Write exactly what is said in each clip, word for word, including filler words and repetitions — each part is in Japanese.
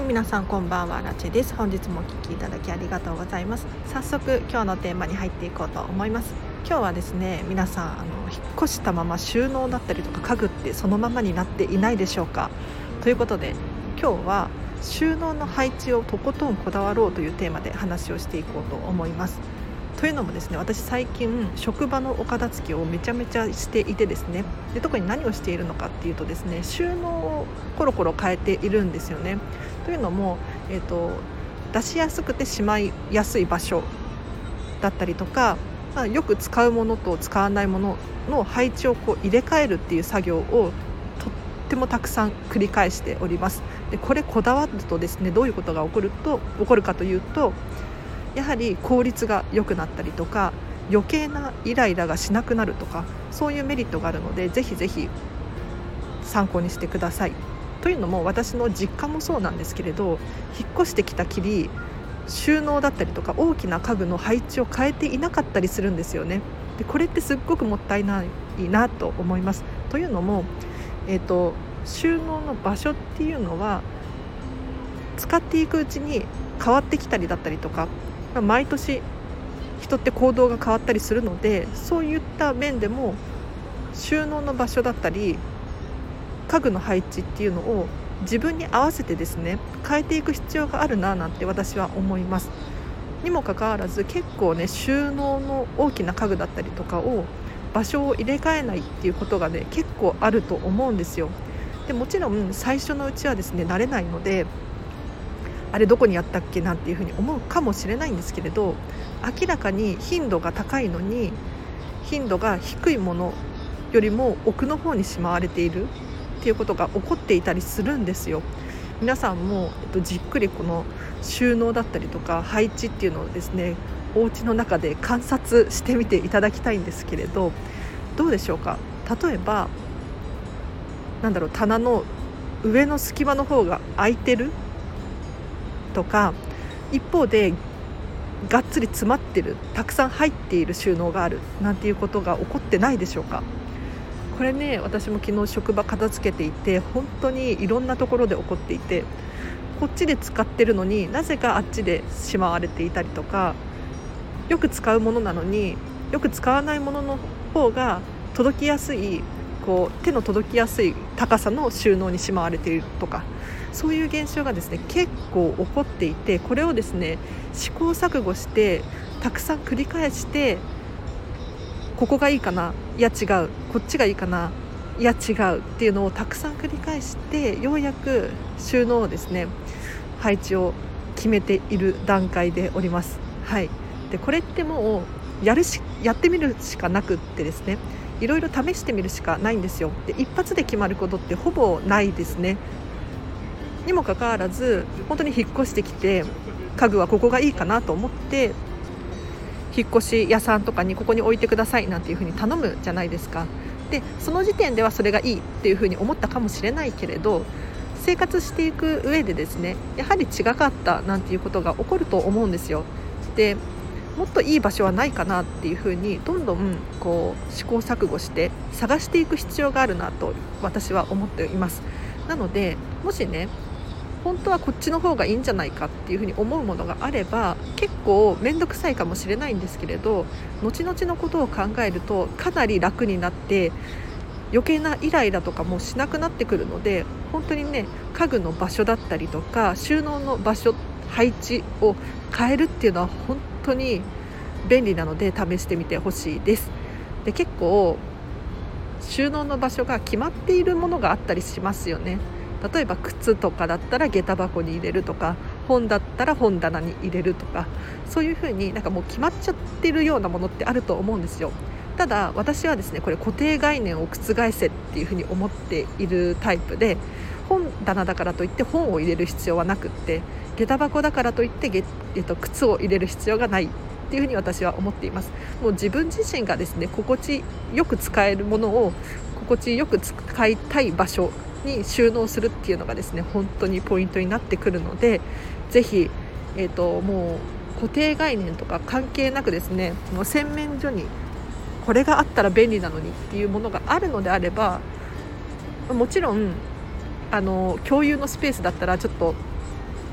皆さんこんばんは、ラチェです。本日もお聞きいただきありがとうございます。早速今日のテーマに入っていこうと思います。今日はですね、皆さんあの引っ越したまま収納だったりとか家具ってそのままになっていないでしょうか。ということで今日は収納の配置をとことんこだわろうというテーマで話をしていこうと思います。というのもですね、私最近職場のお片付けをめちゃめちゃしていてですね、で特に何をしているのかっていうとですね、収納をコロコロ変えているんですよね。というのも、えーと、出しやすくてしまいやすい場所だったりとか、まあ、よく使うものと使わないものの配置をこう入れ替えるっていう作業をとってもたくさん繰り返しております。でこれこだわるとですね、どういうことが起こると起こるかというと、やはり効率が良くなったりとか、余計なイライラがしなくなるとか、そういうメリットがあるので、ぜひぜひ参考にしてください。というのも、私の実家もそうなんですけれど、引っ越してきたきり収納だったりとか大きな家具の配置を変えていなかったりするんですよね。でこれってすっごくもったいないなと思います。というのも、えーと、収納の場所っていうのは使っていくうちに変わってきたりだったりとか、毎年人って行動が変わったりするので、そういった面でも収納の場所だったり家具の配置っていうのを自分に合わせてですね、変えていく必要があるななんて私は思います。にもかかわらず結構ね、収納の大きな家具だったりとかを場所を入れ替えないっていうことがね、結構あると思うんですよ。でもちろん最初のうちはですね、慣れないので、あれどこにやったっけなんていうふうに思うかもしれないんですけれど、明らかに頻度が高いのに頻度が低いものよりも奥の方にしまわれているっていうことが起こっていたりするんですよ。皆さんも、えっと、じっくりこの収納だったりとか配置っていうのをですね、お家の中で観察してみていただきたいんですけれど、どうでしょうか。例えばなんだろう、棚の上の隙間の方が空いてるとか、一方でがっつり詰まってる、たくさん入っている収納があるなんていうことが起こってないでしょうか。これね、私も昨日職場片付けていて、本当にいろんなところで起こっていて、こっちで使ってるのになぜかあっちでしまわれていたりとか、よく使うものなのによく使わないものの方が届きやすい、こう手の届きやすい高さの収納にしまわれているとか、そういう現象がですね結構起こっていて、これをですね試行錯誤してたくさん繰り返して、ここがいいかな、いや違う、こっちがいいかな、いや違うっていうのをたくさん繰り返して、ようやく収納をですね配置を決めている段階でおります。はい。でこれってもうやるしやってみるしかなくってですね、いろいろ試してみるしかないんですよ。で一発で決まることってほぼないですね。にもかかわらず、本当に引っ越してきて家具はここがいいかなと思って引っ越し屋さんとかにここに置いてくださいなんていうふうに頼むじゃないですか。でその時点ではそれがいいっていうふうに思ったかもしれないけれど、生活していく上でですね、やはり違かったなんていうことが起こると思うんですよ。でもっといい場所はないかなっていうふうにどんどんこう試行錯誤して探していく必要があるなと私は思っています。なので、もしね本当はこっちの方がいいんじゃないかっていうふうに思うものがあれば、結構面倒くさいかもしれないんですけれど、後々のことを考えるとかなり楽になって、余計なイライラとかもしなくなってくるので、本当にね家具の場所だったりとか収納の場所配置を変えるっていうのは本当に便利なので試してみてほしいです。で結構収納の場所が決まっているものがあったりしますよね。例えば靴とかだったら下駄箱に入れるとか、本だったら本棚に入れるとか、そういう風になんかもう決まっちゃってるようなものってあると思うんですよ。ただ私はですね、これ固定概念を覆せっていう風に思っているタイプで、本棚だからといって本を入れる必要はなくって、下駄箱だからといって、えっと、靴を入れる必要がないっていう風に私は思っています。もう自分自身がですね心地よく使えるものを心地よく使いたい場所に収納するっていうのがですね本当にポイントになってくるので、ぜひ、えーと、もう固定概念とか関係なくですね、もう洗面所にこれがあったら便利なのにっていうものがあるのであれば、もちろんあの共有のスペースだったらちょっと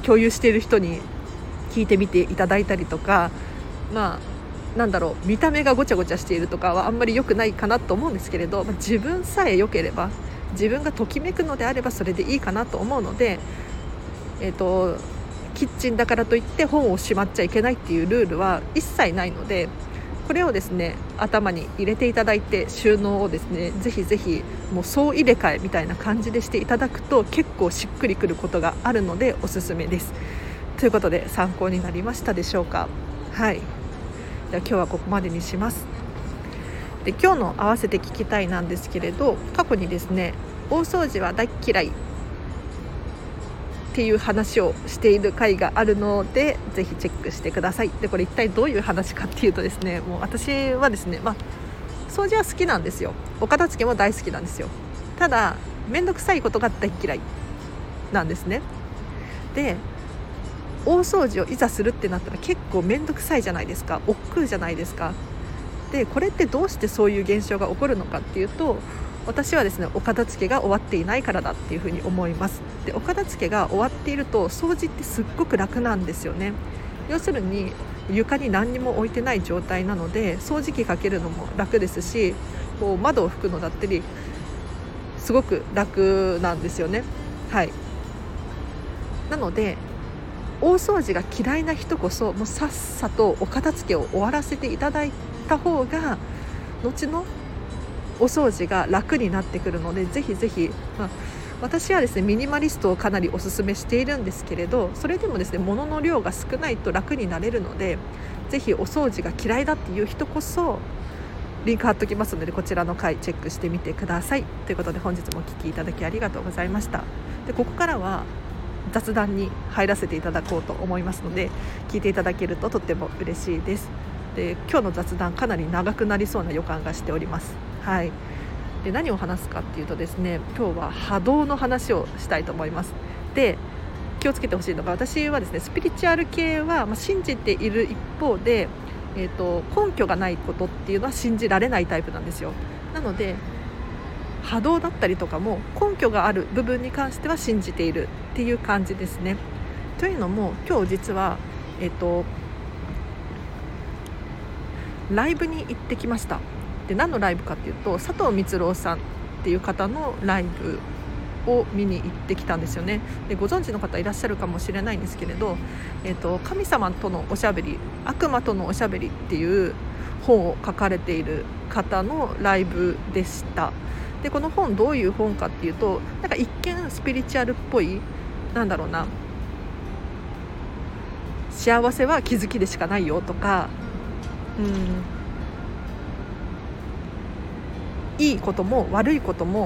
共有している人に聞いてみていただいたりとか、まあなんだろう見た目がごちゃごちゃしているとかはあんまり良くないかなと思うんですけれど、まあ、自分さえ良ければ、自分がときめくのであればそれでいいかなと思うので、えーと、キッチンだからといって本をしまっちゃいけないっていうルールは一切ないので、これをですね頭に入れていただいて、収納をですねぜひぜひもう総入れ替えみたいな感じでしていただくと結構しっくりくることがあるのでおすすめです。ということで参考になりましたでしょうか。はい、では今日はここまでにします。で今日の合わせて聞きたいなんですけれど、過去にですね大掃除は大嫌いっていう話をしている回があるのでぜひチェックしてください。でこれ一体どういう話かっていうとですね、もう私はですね、まあ、掃除は好きなんですよ。お片付けも大好きなんですよ。ただめんどくさいことが大嫌いなんですね。で大掃除をいざするってなったら結構めんどくさいじゃないですか。億劫じゃないですか。でこれってどうしてそういう現象が起こるのかっていうと、私はですねお片付けが終わっていないからだっていうふうに思います。でお片付けが終わっていると掃除ってすっごく楽なんですよね。要するに床に何にも置いてない状態なので掃除機かけるのも楽ですし、こう窓を拭くのだったりすごく楽なんですよね。はい、なので大掃除が嫌いな人こそもうさっさとお片付けを終わらせていただいた方が後のお掃除が楽になってくるので、ぜひぜひ、まあ、私はですねミニマリストをかなりおすすめしているんですけれど、それでもですね物の量が少ないと楽になれるので、ぜひお掃除が嫌いだっていう人こそリンク貼っておきますのでこちらの回チェックしてみてください。ということで本日もお聞きいただきありがとうございました。でここからは雑談に入らせていただこうと思いますので聞いていただけるととっても嬉しいです。で今日の雑談かなり長くなりそうな予感がしております。はい、で何を話すかっていうとですね、今日は波動の話をしたいと思います。で気をつけてほしいのが、私はですねスピリチュアル系は、まあ、信じている一方で、えーと、根拠がないことっていうのは信じられないタイプなんですよ。なので波動だったりとかも根拠がある部分に関しては信じているっていう感じですね。というのも今日実は、えーと、ライブに行ってきました。で何のライブかっていうと、佐藤光郎さんっていう方のライブを見に行ってきたんですよね。でご存知の方いらっしゃるかもしれないんですけれど、えーと、神様とのおしゃべり、悪魔とのおしゃべりっていう本を書かれている方のライブでした。でこの本どういう本かっていうと、なんか一見スピリチュアルっぽい、なんだろうな、幸せは気づきでしかないよとか、うんいいことも悪いことも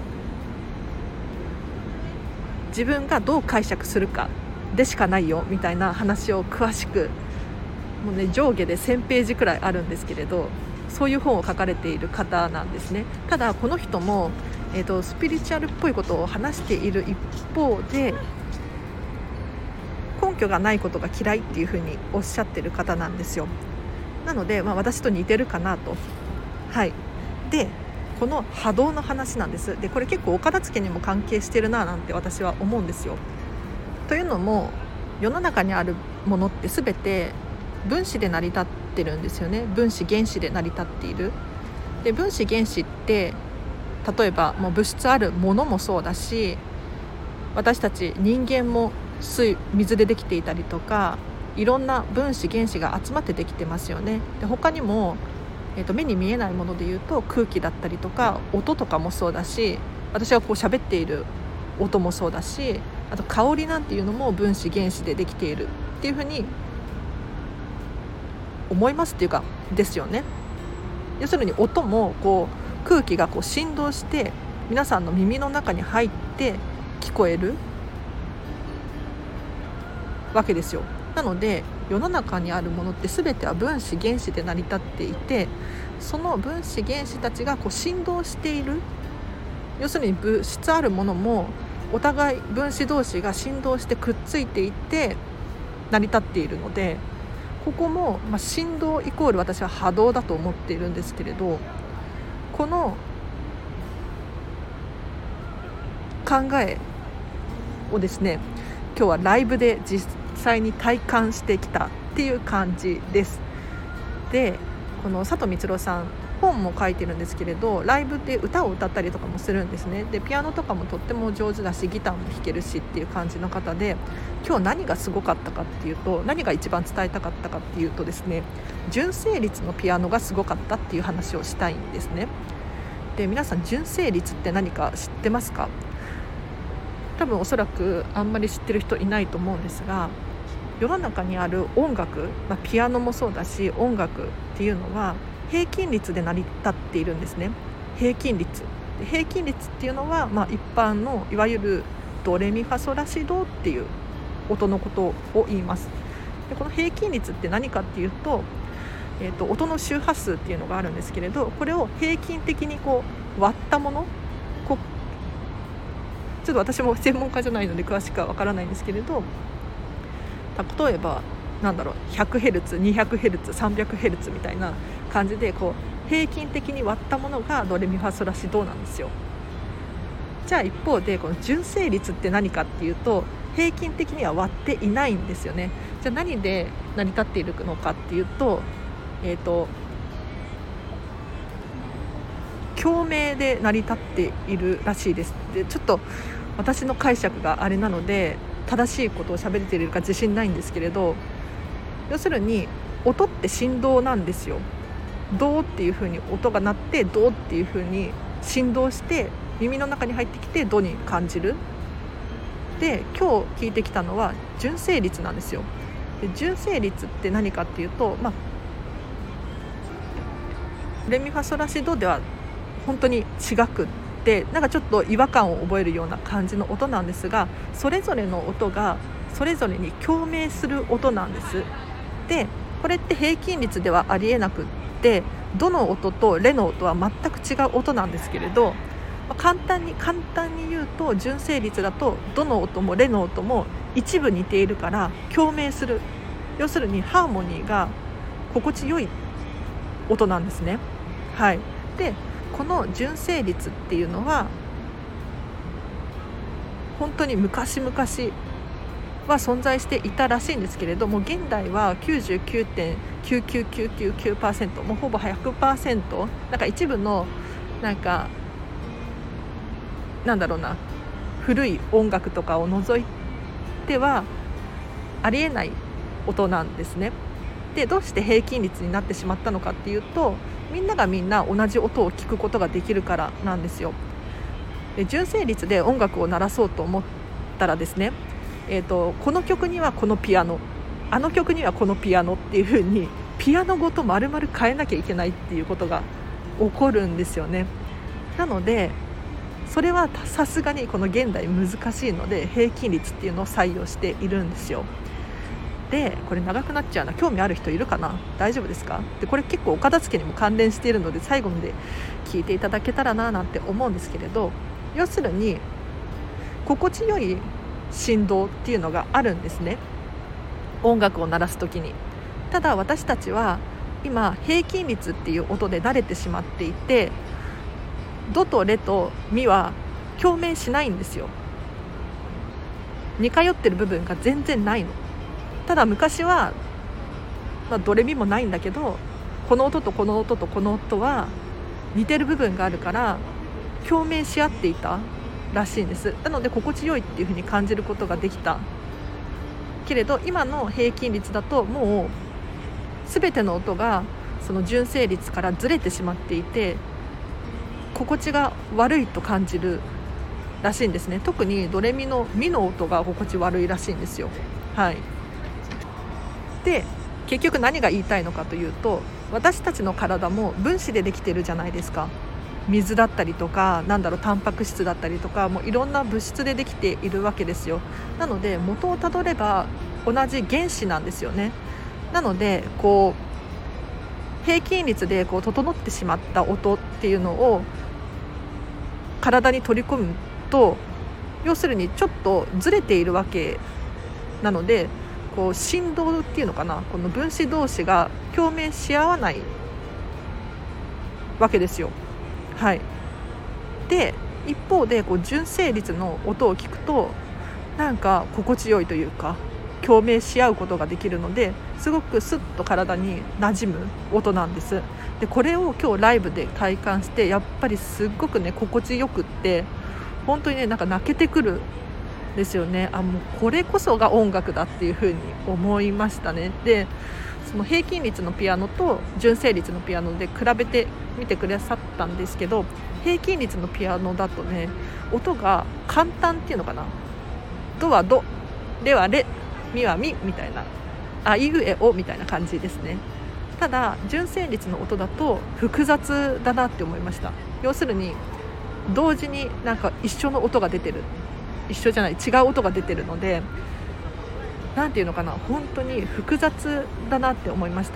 自分がどう解釈するかでしかないよみたいな話を詳しく、もうね上下でせんページくらいあるんですけれど、そういう本を書かれている方なんですね。ただこの人も、えーと、スピリチュアルっぽいことを話している一方で根拠がないことが嫌いっていうふうにおっしゃってる方なんですよ。なので、まあ、私と似てるかなと。はい、でこの波動の話なんです。でこれ結構お片付けにも関係してるななんて私は思うんですよ。というのも世の中にあるものって全て分子で成り立ってるんですよね。分子原子で成り立っている。で分子原子って例えばもう物質あるものもそうだし、私たち人間も水水でできていたりとか、いろんな分子原子が集まってできてますよね。で他にもえー、と目に見えないものでいうと空気だったりとか音とかもそうだし、私がこう喋っている音もそうだし、あと香りなんていうのも分子原子でできているっていうふうに思いますっていうかですよね。要するに音もこう空気がこう振動して皆さんの耳の中に入って聞こえるわけですよ。なので世の中にあるものって全ては分子原子で成り立っていて、その分子原子たちがこう振動している、要するに物質あるものもお互い分子同士が振動してくっついていて成り立っているので、ここも、まあ、振動イコール私は波動だと思っているんですけれど、この考えをですね今日はライブで実際に体感してきたっていう感じです。でこの佐藤光郎さん本も書いてるんですけれど、ライブで歌を歌ったりとかもするんですね。でピアノとかもとっても上手だしギターも弾けるしっていう感じの方で、今日何がすごかったかっていうと、何が一番伝えたかったかっていうとですね、純正率のピアノがすごかったっていう話をしたいんですね。で皆さん純正率って何か知ってますか？多分おそらくあんまり知ってる人いないと思うんですが、世の中にある音楽、まあ、ピアノもそうだし音楽っていうのは平均率で成り立っているんですね。平均率で平均率っていうのは、まあ、一般のいわゆるドレミファソラシドっていう音のことを言います。でこの平均率って何かっていうと、えーと、音の周波数っていうのがあるんですけれど、これを平均的にこう割ったもの、こうちょっと私も専門家じゃないので詳しくはわからないんですけれど、例えばなんだろう ひゃくヘルツ、にひゃくヘルツ、さんびゃくヘルツみたいな感じでこう平均的に割ったものがドレミファソラシドなんですよ。じゃあ一方でこの純正率って何かっていうと、平均的には割っていないんですよね。じゃあ何で成り立っているのかっていうと、えーと共鳴で成り立っているらしいです。でちょっと私の解釈があれなので正しいことを喋れているか自信ないんですけれど、要するに音って振動なんですよ。ドーっていう風に音が鳴って、ドーっていう風に振動して耳の中に入ってきてドに感じる。で今日聞いてきたのは純正率なんですよ。で純正率って何かっていうと、まあ、レミファソラシドでは本当に違くってなんかちょっと違和感を覚えるような感じの音なんですが、それぞれの音がそれぞれに共鳴する音なんです。でこれって平均率ではありえなくって、どの音とレの音は全く違う音なんですけれど、簡単に簡単に言うと純正率だとどの音もレの音も一部似ているから共鳴する、要するにハーモニーが心地よい音なんですね。はい。でこの純正率っていうのは本当に昔々は存在していたらしいんですけれども、現代は きゅうじゅうきゅうてんきゅうきゅうきゅうきゅうきゅうパーセント もうほぼ ひゃくパーセント、 なんか一部のなんかなんだろうな古い音楽とかを除いてはありえない音なんですね。でどうして平均率になってしまったのかっていうと、みんながみんな同じ音を聞くことができるからなんですよ。で純正率で音楽を鳴らそうと思ったらですね、えーと、この曲にはこのピアノ、あの曲にはこのピアノっていう風にピアノごと丸々変えなきゃいけないっていうことが起こるんですよね。なのでそれはさすがにこの現代難しいので平均率っていうのを採用しているんですよ。でこれ長くなっちゃうな、興味ある人いるかな、大丈夫ですか？でこれ結構お片付けにも関連しているので最後まで聞いていただけたらななんて思うんですけれど、要するに心地よい振動っていうのがあるんですね、音楽を鳴らすときに。ただ私たちは今平均率っていう音で慣れてしまっていて、ドとレとミは共鳴しないんですよ。似通ってる部分が全然ないの。ただ昔は、まあ、ドレミもないんだけど、この音とこの音とこの音は似てる部分があるから共鳴し合っていたらしいんです。なので心地よいっていう風に感じることができたけれど、今の平均率だともう全ての音がその純正率からずれてしまっていて心地が悪いと感じるらしいんですね。特にドレミのミの音が心地悪いらしいんですよ。はい。で結局何が言いたいのかというと、私たちの体も分子でできてるじゃないですか。水だったりとか、なんだろう、タンパク質だったりとか、もういろんな物質でできているわけですよ。なので元をたどれば同じ原子なんですよね。なのでこう平均率でこう整ってしまった音っていうのを体に取り込むと、要するにちょっとずれているわけなので、こう振動っていうのかな、この分子同士が共鳴し合わないわけですよ。はい。で一方でこう純正率の音を聞くと、 なんか心地よいというか共鳴し合うことができるので、すごくスッと体に馴染む音なんです。でこれを今日ライブで体感して、やっぱりすっごくね心地よくって、本当にねなんか泣けてくるんですよね。あもうこれこそが音楽だっていう風に思いましたね。でその平均率のピアノと純正率のピアノで比べてみてくださったんですけど、平均率のピアノだとね音が簡単っていうのかな、ドはド、レはレ、ミはミみたいな、あいうえおみたいな感じですね。ただ純正率の音だと複雑だなって思いました。要するに同時になんか一緒の音が出てる、一緒じゃない違う音が出てるので、なんていうのかな、本当に複雑だなって思いました。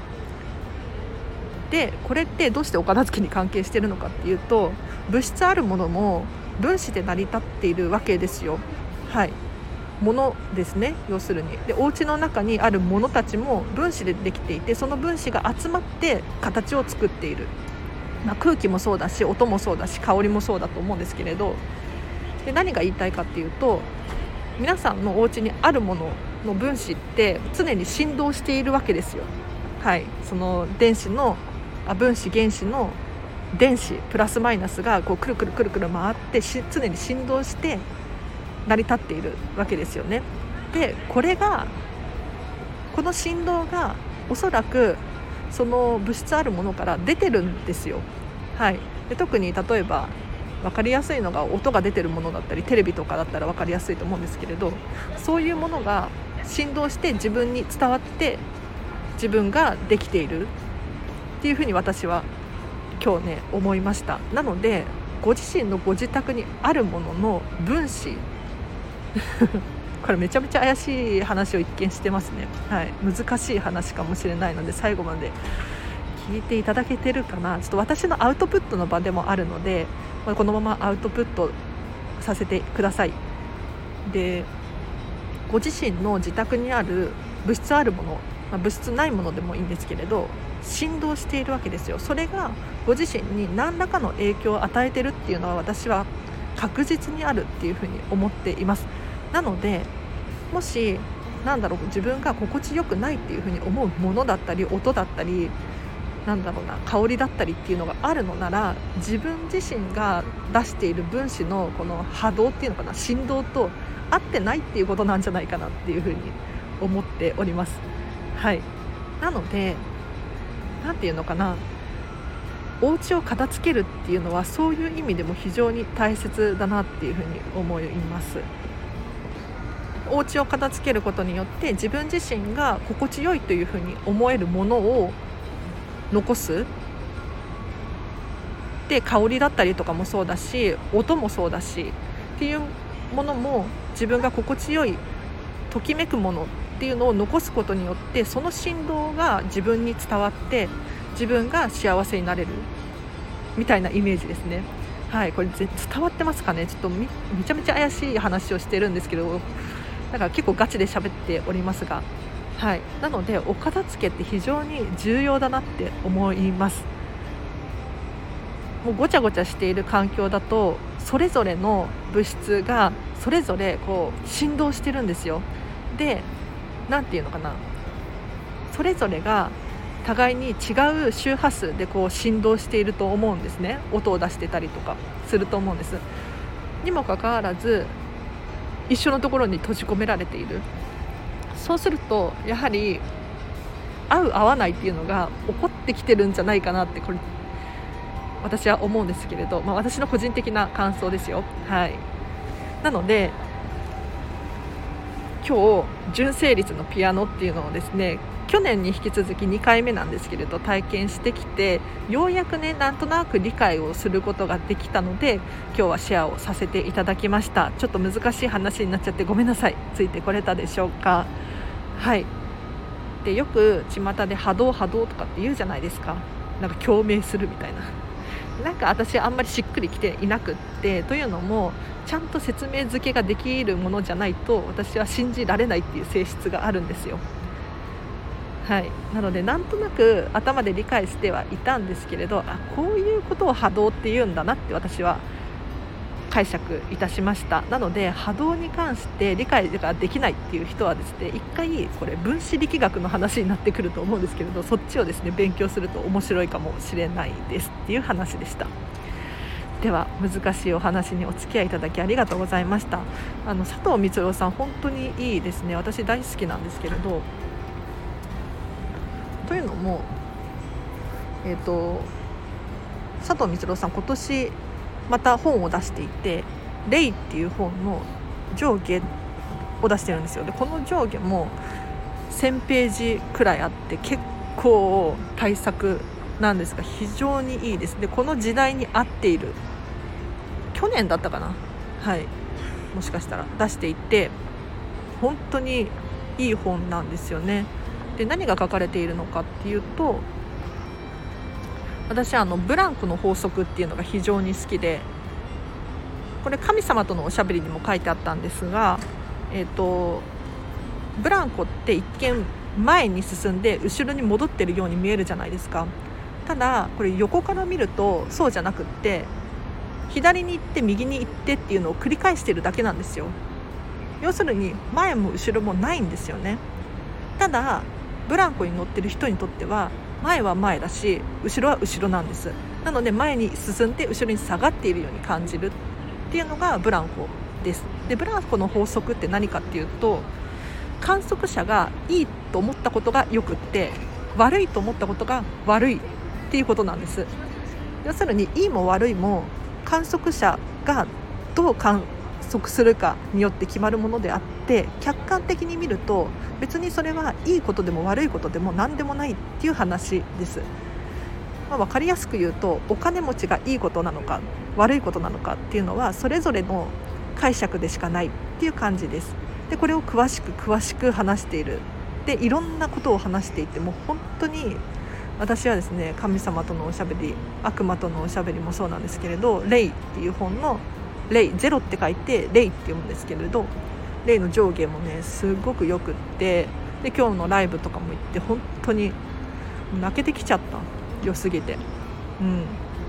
でこれってどうしてお片付けに関係しているのかっていうと、物質あるものも分子で成り立っているわけですよ。はい、ものですね。要するにでお家の中にあるものたちも分子でできていて、その分子が集まって形を作っている、まあ、空気もそうだし音もそうだし香りもそうだと思うんですけれど、で何が言いたいかっていうと、皆さんのお家にあるものの分子って常に振動しているわけですよ。はい、その電子のあ分子原子の電子プラスマイナスがこうくるくるくるくる回ってし常に振動して成り立っているわけですよね。でこれがこの振動がおそらくその物質あるものから出てるんですよ。はい、で特に例えば分かりやすいのが音が出てるものだったり、テレビとかだったら分かりやすいと思うんですけれど、そういうものが振動して自分に伝わって自分ができているっていうふうに私は今日ね思いました。なのでご自身のご自宅にあるものの分子これめちゃめちゃ怪しい話を一見してますね。はい、難しい話かもしれないので最後まで聞いていただけてるかな。ちょっと私のアウトプットの場でもあるので、このままアウトプットさせてください。でご自身の自宅にある物質あるもの、まあ、物質ないものでもいいんですけれど、振動しているわけですよ。それがご自身に何らかの影響を与えているっていうのは私は確実にあるっていうふうに思っています。なのでもしなんだろう自分が心地よくないっていうふうに思うものだったり音だったりなんだろうな香りだったりっていうのがあるのなら、自分自身が出している分子のこの波動っていうのかな、振動と合ってないっていうことなんじゃないかなっていうふうに思っております。はい、なのでなんていうのかな、お家を片付けるっていうのはそういう意味でも非常に大切だなっていうふうに思います。お家を片付けることによって自分自身が心地よいというふうに思えるものを残す。で香りだったりとかもそうだし音もそうだしっていうものも自分が心地よいときめくものっていうのを残すことによって、その振動が自分に伝わって自分が幸せになれるみたいなイメージですね。はい、これ伝わってますかね。ちょっと め, めちゃめちゃ怪しい話をしてるんですけど、だから結構ガチで喋っておりますが、はい、なのでお片付けって非常に重要だなって思います。もうごちゃごちゃしている環境だとそれぞれの物質がそれぞれこう振動してるんですよ。でなんていうのかな、それぞれが互いに違う周波数でこう振動していると思うんですね。音を出してたりとかすると思うんです。にもかかわらず一緒のところに閉じ込められている。そうするとやはり合う合わないっていうのが起こってきてるんじゃないかなって、これ私は思うんですけれど、まあ、私の個人的な感想ですよ。はい、なので今日純正率のピアノっていうのをですね、去年に引き続きにかいめなんですけれど体験してきて、ようやくねなんとなく理解をすることができたので今日はシェアをさせていただきました。ちょっと難しい話になっちゃってごめんなさい。ついてこれたでしょうか。はい、でよく巷で波動波動とかって言うじゃないですか。なんか共鳴するみたいな、なんか私あんまりしっくりきていなくって、というのもちゃんと説明付けができるものじゃないと私は信じられないっていう性質があるんですよ。はい、なのでなんとなく頭で理解してはいたんですけれど、あこういうことを波動って言うんだなって私は解釈いたしました。なので波動に関して理解ができないっていう人はですね、一回これ分子力学の話になってくると思うんですけれど、そっちをですね勉強すると面白いかもしれないですっていう話でした。では難しいお話にお付き合いいただきありがとうございました。あの佐藤光郎さん本当にいいですね。私大好きなんですけれど、というのも、えーと、佐藤光郎さん今年また本を出していて、レイっていう本の上下を出してるんですよ。でこの上下もせんページくらいあって結構大作なんですが非常にいいです。でこの時代に合っている、去年だったかな、はい、もしかしたら出していて本当にいい本なんですよね。で何が書かれているのかっていうと、私はあのブランコの法則っていうのが非常に好きで、これ神様とのおしゃべりにも書いてあったんですが、えーと、ブランコって一見前に進んで後ろに戻ってるように見えるじゃないですか。ただこれ横から見るとそうじゃなくって、左に行って右に行ってっていうのを繰り返してるだけなんですよ。要するに前も後ろもないんですよね。ただブランコに乗ってる人にとっては前は前だし後ろは後ろなんです。なので前に進んで後ろに下がっているように感じるっていうのがブランコです。でブランコの法則って何かっていうと、観測者がいいと思ったことがよくって悪いと思ったことが悪いっていうことなんです。要するにいいも悪いも観測者がどう観測するかによって決まるものであって、客観的に見ると別にそれはいいことでも悪いことでも何でもないっていう話です。まあ、分かりやすく言うと、お金持ちがいいことなのか悪いことなのかっていうのはそれぞれの解釈でしかないっていう感じです。でこれを詳しく詳しく話している。でいろんなことを話していて、もう本当に私はですね、神様とのおしゃべり、悪魔とのおしゃべりもそうなんですけれど、レイっていう本のレイ、ゼロって書いてレイって読むんですけれど、レイの上下もねすごくよくって、で今日のライブとかも行って本当に泣けてきちゃった、良すぎて。うん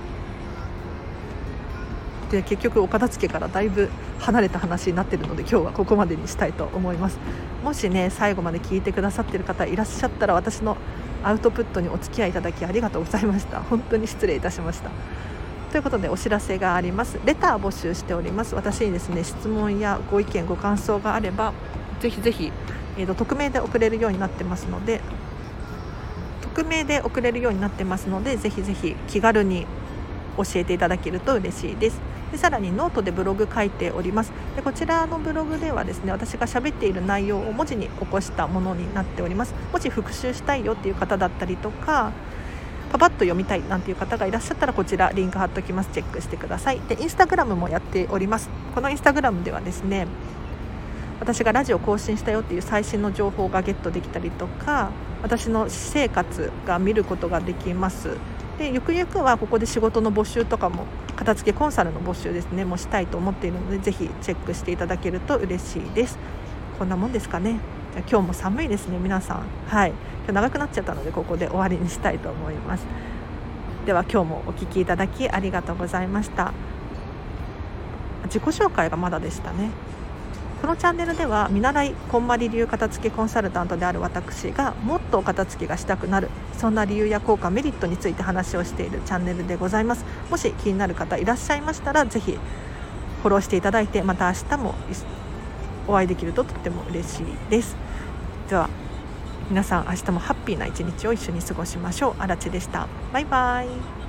で結局お片付けからだいぶ離れた話になっているので、今日はここまでにしたいと思います。もしね最後まで聞いてくださっている方いらっしゃったら、私のアウトプットにお付き合いいただきありがとうございました。本当に失礼いたしました。ということでお知らせがあります。レター募集しております。私にですね質問やご意見ご感想があればぜひぜひ、えーと、匿名で送れるようになってますので匿名で送れるようになってますのでぜひぜひ気軽に教えていただけると嬉しいです。でさらにノートでブログ書いております。でこちらのブログではですね、私が喋っている内容を文字に起こしたものになっております。もし復習したいよっていう方だったりとか、パパッと読みたいなんていう方がいらっしゃったら、こちらリンク貼っておきます。チェックしてください。でインスタグラムもやっております。このインスタグラムではですね、私がラジオ更新したよっていう最新の情報がゲットできたりとか、私の私生活が見ることができます。でゆくゆくはここで仕事の募集とかも、片付けコンサルの募集ですねもしたいと思っているので、ぜひチェックしていただけると嬉しいです。こんなもんですかね。今日も寒いですね皆さん。はい、今日長くなっちゃったのでここで終わりにしたいと思います。では今日もお聞きいただきありがとうございました。自己紹介がまだでしたね。このチャンネルでは見習いこんまり流片付けコンサルタントである私がもっとお片付けがしたくなる、そんな理由や効果メリットについて話をしているチャンネルでございます。もし気になる方いらっしゃいましたらぜひフォローしていただいて、また明日もお会いできるととっても嬉しいです。では皆さん明日もハッピーな一日を一緒に過ごしましょう。あらちでした。バイバイ。